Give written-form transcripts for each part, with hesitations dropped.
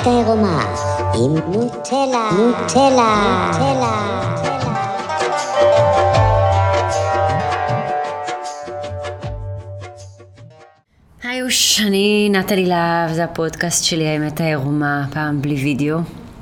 האמת העירומה עם נוטלה. היוש, אני נטלי להב, זה הפודקאסט שלי, האמת העירומה, פעם בלי וידאו.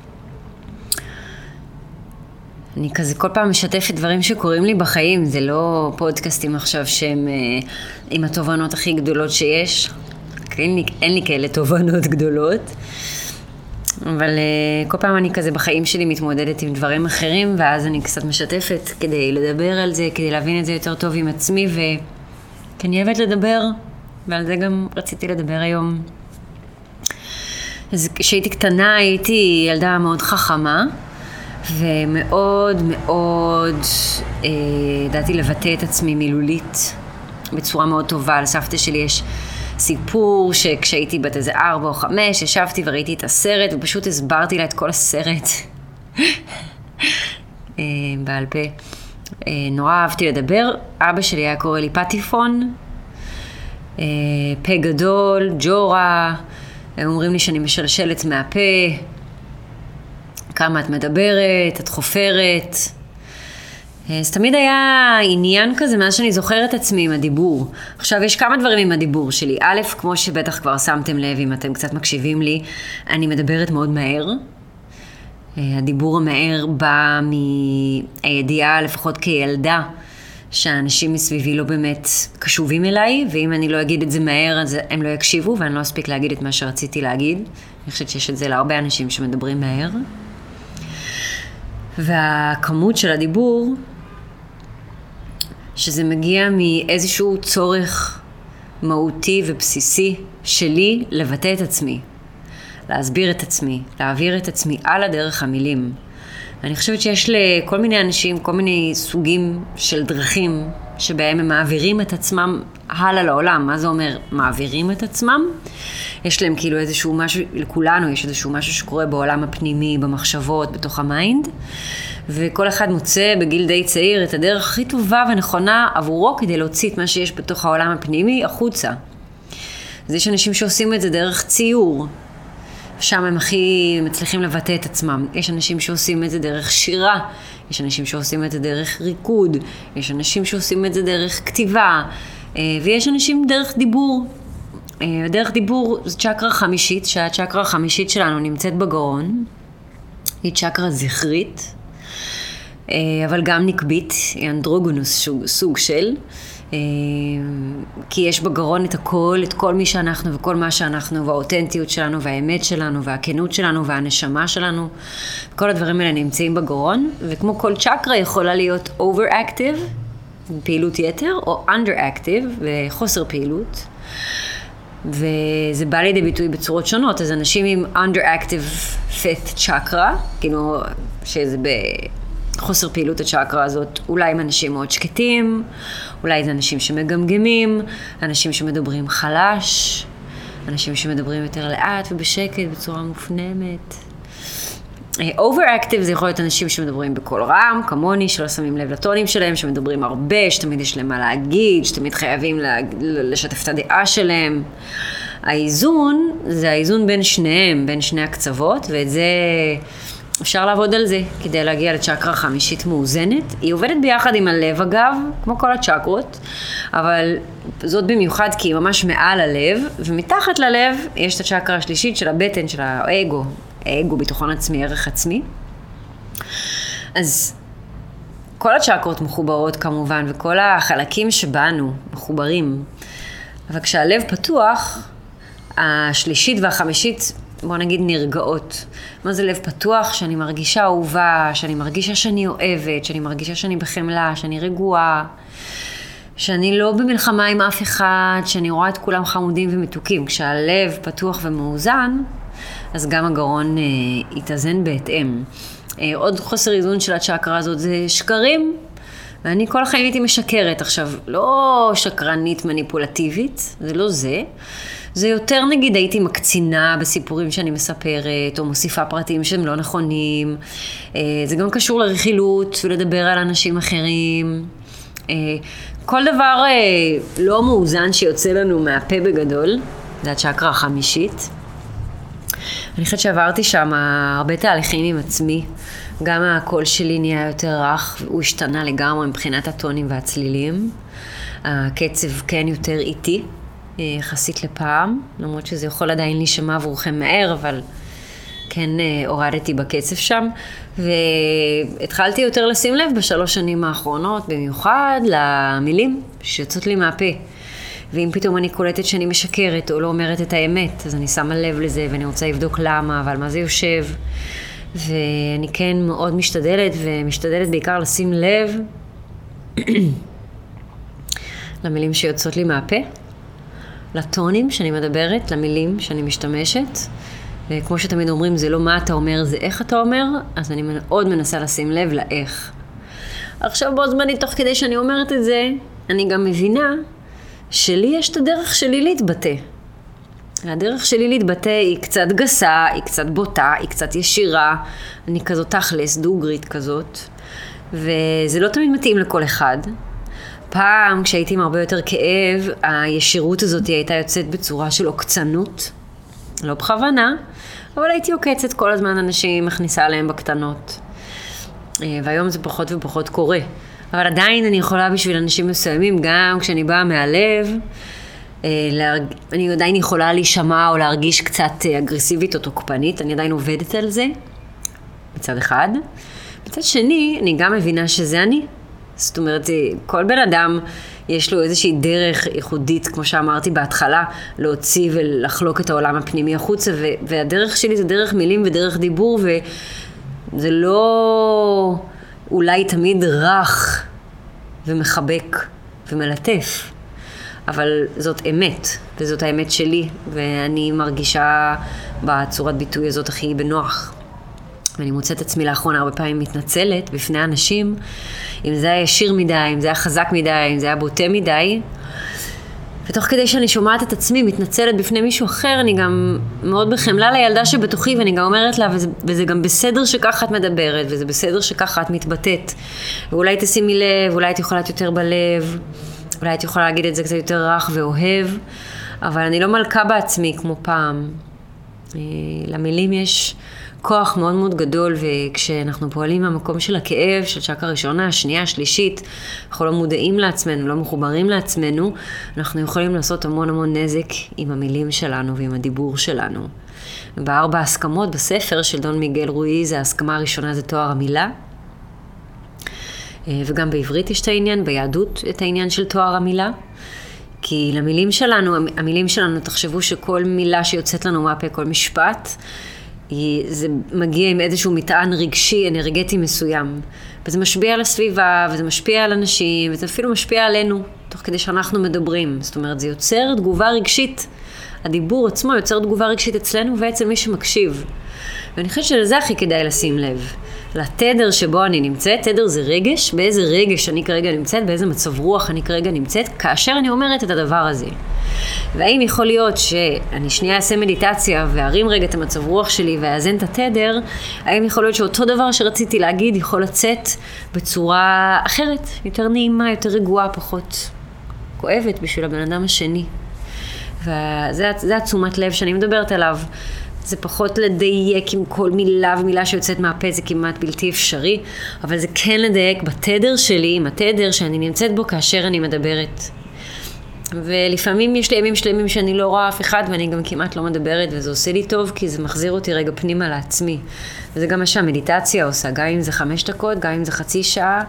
אני כזה כל פעם משתפת דברים שקורים לי בחיים, זה לא פודקאסטים עכשיו שהם עם התובנות הכי גדולות שיש. אין לי כאלה תובנות גדולות, אבל כל פעם אני כזה בחיים שלי מתמודדת עם דברים אחרים, ואז אני קצת משתפת כדי לדבר על זה, כדי להבין את זה יותר טוב עם עצמי, כי אני אוהבת לדבר, ועל זה גם רציתי לדבר היום. אז כשהייתי קטנה הייתי ילדה מאוד חכמה, ומאוד מאוד ידעתי לבטא את עצמי מילולית בצורה מאוד טובה. לסבתא שלי יש סיפור שכשהייתי בת איזה 4 או 5 ישבתי וראיתי את הסרט ופשוט הסברתי לה את כל הסרט בעל פה. נורא אהבתי לדבר. אבא שלי היה קורא לי פטיפון, פה גדול, ג'ורה. הם אומרים לי שאני משלשלת מהפה, כמה את מדברת, את חופרת. אז תמיד היה עניין כזה מאז שאני זוכרת עצמי עם הדיבור. עכשיו יש כמה דברים עם הדיבור שלי. א', כמו שבטח כבר שמתם לב אם אתם קצת מקשיבים לי, אני מדברת מאוד מהר. הדיבור המהר בא מהידיעה, לפחות כילדה, שהאנשים מסביבי לא באמת קשובים אליי, ואם אני לא אגיד את זה מהר אז הם לא יקשיבו, ואני לא אספיק להגיד את מה שרציתי להגיד. אני חושבת שיש את זה להרבה אנשים שמדברים מהר. והכמות של הדיבור, שזה מגיע מאיזשהו צורך מהותי ובסיסי שלי לבטא את עצמי, להסביר את עצמי, להעביר את עצמי על הדרך המילים. אני חושבת שיש לכל מיני אנשים כל מיני סוגים של דרכים שבהם הם מעבירים את עצמם הלאה לעולם. מה זה אומר מעבירים את עצמם? יש להם כאילו איזשהו משהו, לכולנו יש איזשהו משהו שקורה בעולם הפנימי, במחשבות, בתוך המיינד, וכל אחד מוצא בגיל די צעיר את הדרך הכי טובה ונכונה עבורו כדי להוציא את מה שיש בתוך העולם הפנימי החוצה. אז יש אנשים שעושים את זה דרך ציור, שם הם הכי מצליחים לבטא את עצמם. יש אנשים שעושים את זה דרך שירה, יש אנשים שעושים את זה דרך ריקוד, יש אנשים שעושים את זה דרך כתיבה, ויש אנשים דרך דיבור. דרך דיבור זו צ'קרה חמישית, שהצ'קרה החמישית שלנו נמצאת בגרון. היא צ'קרה זכרית, אבל גם נקבית, היא אנדרוגונוס סוג של, כי יש בגרון את הכל, את כל מי שאנחנו וכל מה שאנחנו, והאותנטיות שלנו והאמת שלנו והכנות שלנו והנשמה שלנו. כל הדברים האלה נמצאים בגרון, וכמו כל צ'קרה יכולה להיות overactive, פעילות יתר, או underactive, וחוסר פעילות. וזה בא לידי ביטוי בצורות שונות. אז אנשים עם underactive fifth chakra, כאילו שזה בחוסר פעילות הצ'קרה הזאת, אולי הם אנשים מאוד שקטים, אולי זה אנשים שמגמגמים, אנשים שמדברים חלש, אנשים שמדברים יותר לאט ובשקט בצורה מופנמת. overactive זה יכול להיות אנשים שמדברים בקול רם, כמוני, שלא שמים לב לטונים שלהם, שמדברים הרבה, שתמיד יש להם מה להגיד, שתמיד חייבים לשתף את הדעה שלהם. האיזון זה האיזון בין שניהם, בין שני הקצוות, ואת זה אפשר לעבוד על זה כדי להגיע לצ'קרה חמישית מאוזנת. היא עובדת ביחד עם הלב אגב, כמו כל הצ'קרות, אבל זאת במיוחד כי היא ממש מעל הלב, ומתחת ללב יש את הצ'קרה השלישית של הבטן, של האגו. האגו, ביטחון עצמי, ערך עצמי. אז כל הצ'קרות מחוברות כמובן, וכל החלקים שבנו מחוברים. אבל כשהלב פתוח, השלישית והחמישית, בוא נגיד, נרגעות. מה זה לב פתוח? שאני מרגישה אהובה, שאני מרגישה שאני אוהבת, שאני מרגישה שאני בחמלה, שאני רגועה, שאני לא במלחמה עם אף אחד, שאני רואה את כולם חמודים ומתוקים. כשהלב פתוח ומאוזן, אז גם הגרון יתאזן בהתאם. עוד חוסר איזון של הצ'קרה הזאת זה שקרים. ואני כל החיים הייתי משקרת. עכשיו, לא שקרנית מניפולטיבית, זה לא זה. זה יותר נגיד הייתי מקצינה בסיפורים שאני מספרת, או מוסיפה פרטים שהם לא נכונים. זה גם קשור לרכילות ולדבר על אנשים אחרים. כל דבר לא מאוזן שיוצא לנו מהפה בגדול, זה הצ'קרה החמישית. אני חושבת שעברתי שם הרבה תהליכים עם עצמי. גם הקול שלי נהיה יותר רך, הוא השתנה לגמרי מבחינת הטונים והצלילים. הקצב כן יותר איטי, יחסית לפעם, למרות שזה יכול עדיין להישמע עבורכם מהר, אבל כן הורדתי בקצב שם. והתחלתי יותר לשים לב בשלוש שנים האחרונות, במיוחד למילים שיוצאות לי מהפה. ואם פתאום אני קולטת שאני משקרת או לא אומרת את האמת, אז אני שמה לב לזה ואני רוצה לבדוק למה, אבל מה זה יושב. ואני כן מאוד משתדלת בעיקר לשים לב למילים שיוצאות לי מהפה, לטונים שאני מדברת, למילים שאני משתמשת. וכמו שתמיד אומרים, זה לא מה אתה אומר, זה איך אתה אומר, אז אני מאוד מנסה לשים לב לאיך. עכשיו בו זמני, תוך כדי שאני אומרת את זה, אני גם מבינה שלי יש את הדרך שלי להתבטא. הדרך שלי להתבטא היא קצת גסה, היא קצת בוטה, היא קצת ישירה. אני כזאת תכלס, דוגרית כזאת. וזה לא תמיד מתאים לכל אחד. פעם, כשהייתי עם הרבה יותר כאב, הישירות הזאת הייתה יוצאת בצורה של עוקצנות. לא בכוונה, אבל הייתי עוקצת כל הזמן אנשים, מכניסה עליהם בקטנות. והיום זה פחות ופחות קורה. אבל עדיין אני יכולה בשביל אנשים מסוימים, גם כשאני באה מהלב, אני עדיין יכולה להישמע או להרגיש קצת אגרסיבית או תוקפנית, אני עדיין עובדת על זה, מצד אחד. מצד שני, אני גם מבינה שזה אני. זאת אומרת, כל בן אדם יש לו איזושהי דרך ייחודית, כמו שאמרתי בהתחלה, להוציא ולחלוק את העולם הפנימי החוצה, והדרך שלי זה דרך מילים ודרך דיבור, וזה לא אולי תמיד רך ומחבק ומלטף, אבל זאת אמת, וזאת האמת שלי, ואני מרגישה בצורת ביטוי הזאת הכי בנוח. ואני מוצאת עצמי לאחרונה הרבה פעמים מתנצלת בפני אנשים, אם זה היה ישיר מדי, אם זה היה חזק מדי, אם זה היה בוטה מדי. ותוך כדי שאני שומעת את עצמי מתנצלת בפני מישהו אחר, אני גם מאוד בחמלה לילדה שבתוכי, ואני גם אומרת לה, וזה גם בסדר שככה את מדברת, וזה בסדר שככה את מתבטאת. ואולי תשימי לב, אולי את יכולה להיות יותר בלב, אולי את יכולה להגיד את זה קצת יותר רך ואוהב, אבל אני לא מלכה בעצמי כמו פעם. למילים יש כוח מאוד מאוד גדול, וכשאנחנו פועלים מהמקום של הכאב, של צ'קרה ראשונה, השנייה, השלישית, אנחנו לא מודעים לעצמנו, לא מחוברים לעצמנו, אנחנו יכולים לעשות המון המון נזק עם המילים שלנו ועם הדיבור שלנו. בארבע הסכמות בספר של דון מיגל רואיז, ההסכמה הראשונה זה תואר המילה, וגם בעברית יש את העניין, ביהדות את העניין של תואר המילה, כי למילים שלנו, המילים שלנו, תחשבו שכל מילה שיוצאת לנו מהפה, כל משפט, זה מגיע עם איזשהו מטען רגשי, אנרגטי מסוים. וזה משפיע על הסביבה, וזה משפיע על אנשים, וזה אפילו משפיע עלינו, תוך כדי שאנחנו מדברים. זאת אומרת, זה יוצר תגובה רגשית. הדיבור עצמו יוצר תגובה רגשית אצלנו ואצל מי שמקשיב. ואני חושבת שלזה הכי כדאי לשים לב. לתדר שבו אני נמצאת, תדר זה רגש, באיזה רגש אני כרגע נמצאת, באיזה מצב רוח אני כרגע נמצאת, כאשר אני אומרת את הדבר הזה. והאם יכול להיות שאני שנייה אעשה מדיטציה וארים רגע את המצב רוח שלי ואאזן את התדר, האם יכול להיות שאותו דבר שרציתי להגיד יכול לצאת בצורה אחרת, יותר נעימה, יותר רגועה, פחות כואבת בשביל הבן אדם השני. וזה התשומת לב שאני מדברת עליו. זה פחות לדייק עם כל מילה ומילה שיוצאת מהפה, זה כמעט בלתי אפשרי, אבל זה כן לדייק בתדר שלי, עם התדר שאני נמצאת בו כאשר אני מדברת. ולפעמים יש לי ימים שלמים שאני לא רואה אף אחד, ואני גם כמעט לא מדברת, וזה עושה לי טוב, כי זה מחזיר אותי רגע פנימה לעצמי. וזה גם מה שהמדיטציה עושה, גם אם זה 5 דקות, גם אם זה חצי שעה.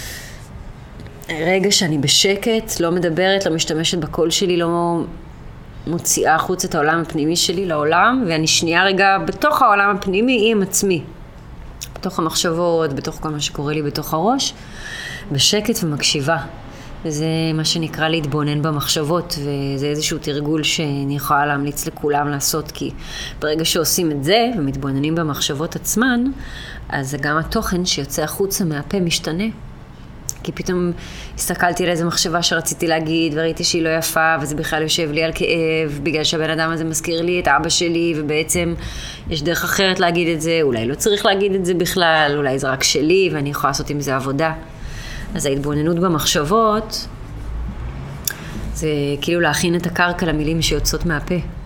רגע שאני בשקט, לא מדברת, לא משתמשת בקול שלי, לא מוציאה החוץ את העולם הפנימי שלי לעולם, ואני שנייה רגע בתוך העולם הפנימי עם עצמי. בתוך המחשבות, בתוך כל מה שקורה לי בתוך הראש, בשקט ומקשיבה. וזה מה שנקרא להתבונן במחשבות, וזה איזשהו תרגול שאני יכולה להמליץ לכולם לעשות, כי ברגע שעושים את זה ומתבוננים במחשבות עצמן, אז גם התוכן שיוצא החוצה מהפה משתנה. כי פתאום הסתכלתי על איזו מחשבה שרציתי להגיד, וראיתי שהיא לא יפה, וזה בכלל יושב לי על כאב, בגלל שהבן אדם הזה מזכיר לי את אבא שלי, ובעצם יש דרך אחרת להגיד את זה, אולי לא צריך להגיד את זה בכלל, אולי זה רק שלי, ואני יכולה לעשות עם זה עבודה. אז ההתבוננות במחשבות, זה כאילו להכין את הקרקע למילים שיוצאות מהפה.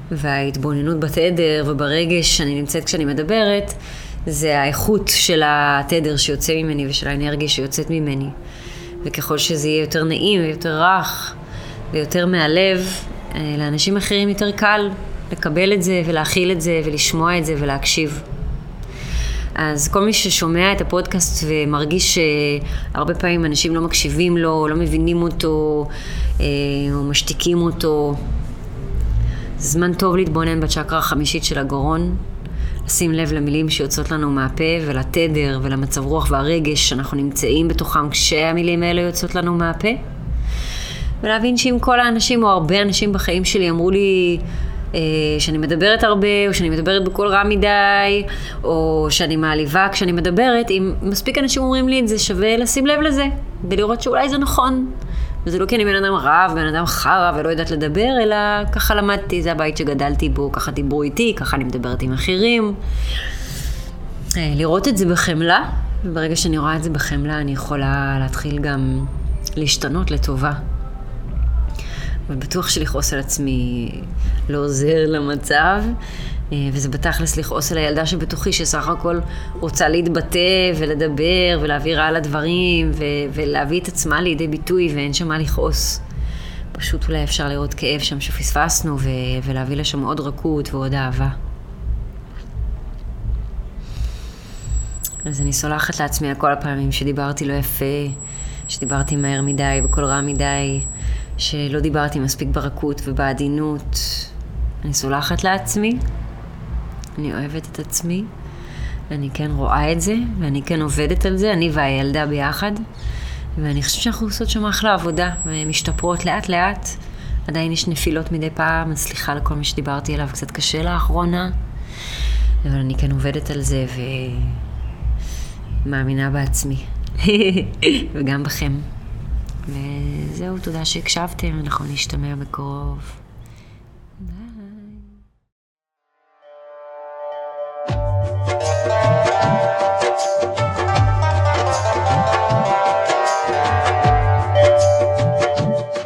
וההתבוננות בתדר וברגש שאני נמצאת כשאני מדברת, זה האיכות של התדר שיוצא ממני ושל האנרגיה שיוצאת ממני. וככל שזה יהיה יותר נעים ויותר רך ויותר מהלב, לאנשים אחרים יותר קל לקבל את זה ולהכיל את זה ולשמוע את זה ולהקשיב. אז כל מי ששומע את הפודקאסט ומרגיש שהרבה פעמים אנשים לא מקשיבים לו, לא מבינים אותו, או משתיקים אותו, זמן טוב להתבונן בצ'קרה החמישית של הגרון, לשים לב למילים שיוצאות לנו מהפה ולתדר ולמצב רוח והרגש שאנחנו נמצאים בתוכם כשהמילים האלה יוצאות לנו מהפה, ולהבין שאם כל האנשים או הרבה אנשים בחיים שלי אמרו לי שאני מדברת הרבה, או שאני מדברת בקול רע מדי, או שאני מעליבה כשאני מדברת, אם מספיק אנשים אומרים לי את זה, שווה לשים לב לזה, ולראות שאולי זה נכון. וזה לא כי אני בן אדם רב, בן אדם חרא ולא יודעת לדבר, אלא ככה למדתי, זה הבית שגדלתי בו, ככה דיברו איתי, ככה אני מדברת עם אחרים. לראות את זה בחמלה, וברגע שאני רואה את זה בחמלה, אני יכולה להתחיל גם להשתנות לטובה. ובטוח שלכעוס על עצמי לא עוזר למצב, וזה בתכלס לכעוס על הילדה שבתוכי שסך הכל רוצה להתבטא ולדבר ולהעביר על הדברים ולהביא את עצמה לידי ביטוי, ואין שם מה לכעוס. פשוט אולי אפשר לראות כאב שם שפספסנו ולהביא לשם עוד רכות ועוד אהבה. אז אני סולחת לעצמי על כל הפעמים שדיברתי לא יפה, שדיברתי מהר מדי, בקול רע מדי, שלא דיברתי מספיק ברכות ובעדינות. אני סולחת לעצמי, אני אוהבת את עצמי, ואני כן רואה את זה, ואני כן עובדת על זה, אני והילדה ביחד, ואני חושבת שאנחנו עושות שם אחלה עבודה, ומשתפרות לאט לאט. עדיין יש נפילות מדי פעם, סליחה לכל מי שדיברתי עליו, קצת קשה לאחרונה, אבל אני כן עובדת על זה, ומאמינה בעצמי, וגם בכם. וזהו, תודה שהקשבתם, אנחנו נשתמע בקרוב.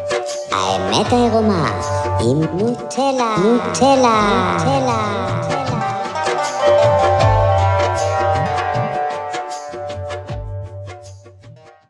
האמת העירומה עם נוטלה.